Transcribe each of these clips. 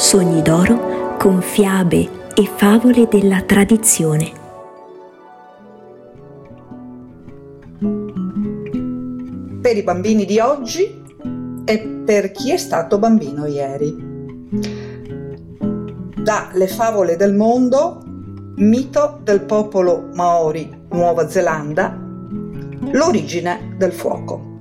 Sogni d'oro con fiabe e favole della tradizione. Per i bambini di oggi e per chi è stato bambino ieri. Dalle favole del mondo, mito del popolo Maori, Nuova Zelanda, l'origine del fuoco.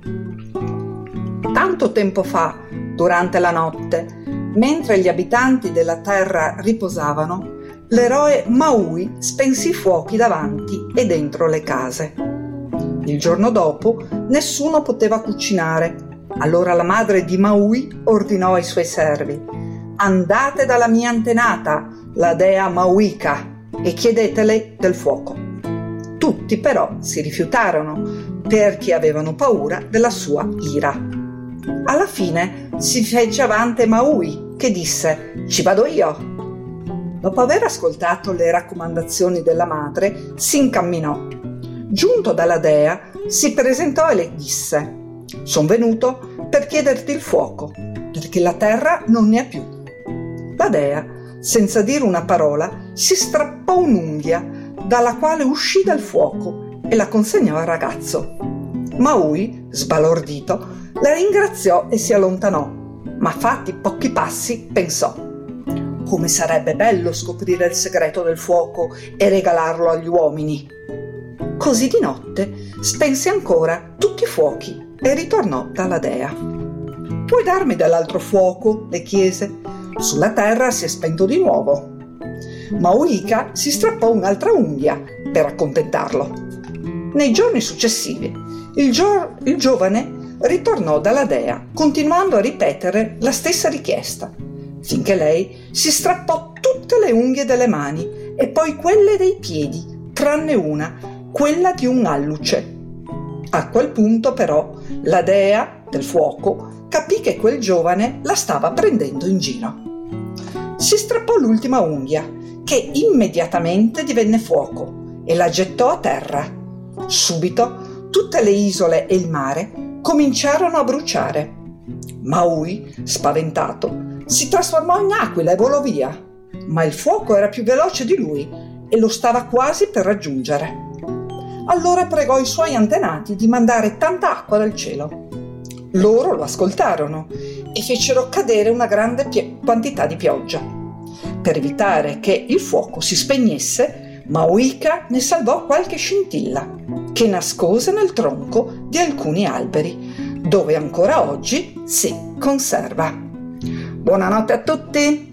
Tanto tempo fa, durante la notte, mentre gli abitanti della terra riposavano, l'eroe Maui spense i fuochi davanti e dentro le case. Il giorno dopo nessuno poteva cucinare. Allora la madre di Maui ordinò ai suoi servi: «Andate dalla mia antenata, la dea Mauika, e chiedetele del fuoco». Tutti però si rifiutarono perché avevano paura della sua ira. Alla fine si fece avanti Maui, che disse: «Ci vado io». Dopo aver ascoltato le raccomandazioni della madre, si incamminò. Giunto dalla dea, si presentò e le disse: «Son venuto per chiederti il fuoco, perché la terra non ne ha più». La dea, senza dire una parola, si strappò un'unghia, dalla quale uscì dal fuoco, e la consegnò al ragazzo. Maui, sbalordito, la ringraziò e si allontanò, ma fatti pochi passi pensò: come sarebbe bello scoprire il segreto del fuoco e regalarlo agli uomini. Così di notte spense ancora tutti i fuochi e ritornò dalla dea. «Puoi darmi dell'altro fuoco?» le chiese. Sulla terra si è spento di nuovo. Mauika si strappò un'altra unghia per accontentarlo. Nei giorni successivi il giovane ritornò dalla dea, continuando a ripetere la stessa richiesta, finché lei si strappò tutte le unghie delle mani e poi quelle dei piedi, tranne una, quella di un alluce. A quel punto però la dea del fuoco capì che quel giovane la stava prendendo in giro. Si strappò l'ultima unghia, che immediatamente divenne fuoco, e la gettò a terra. Subito tutte le isole e il mare cominciarono a bruciare. Maui, spaventato, si trasformò in aquila e volò via, ma il fuoco era più veloce di lui e lo stava quasi per raggiungere. Allora pregò i suoi antenati di mandare tanta acqua dal cielo. Loro lo ascoltarono e fecero cadere una grande quantità di pioggia. Per evitare che il fuoco si spegnesse, Mauika ne salvò qualche scintilla, che nascose nel tronco di alcuni alberi, dove ancora oggi si conserva. Buonanotte a tutti!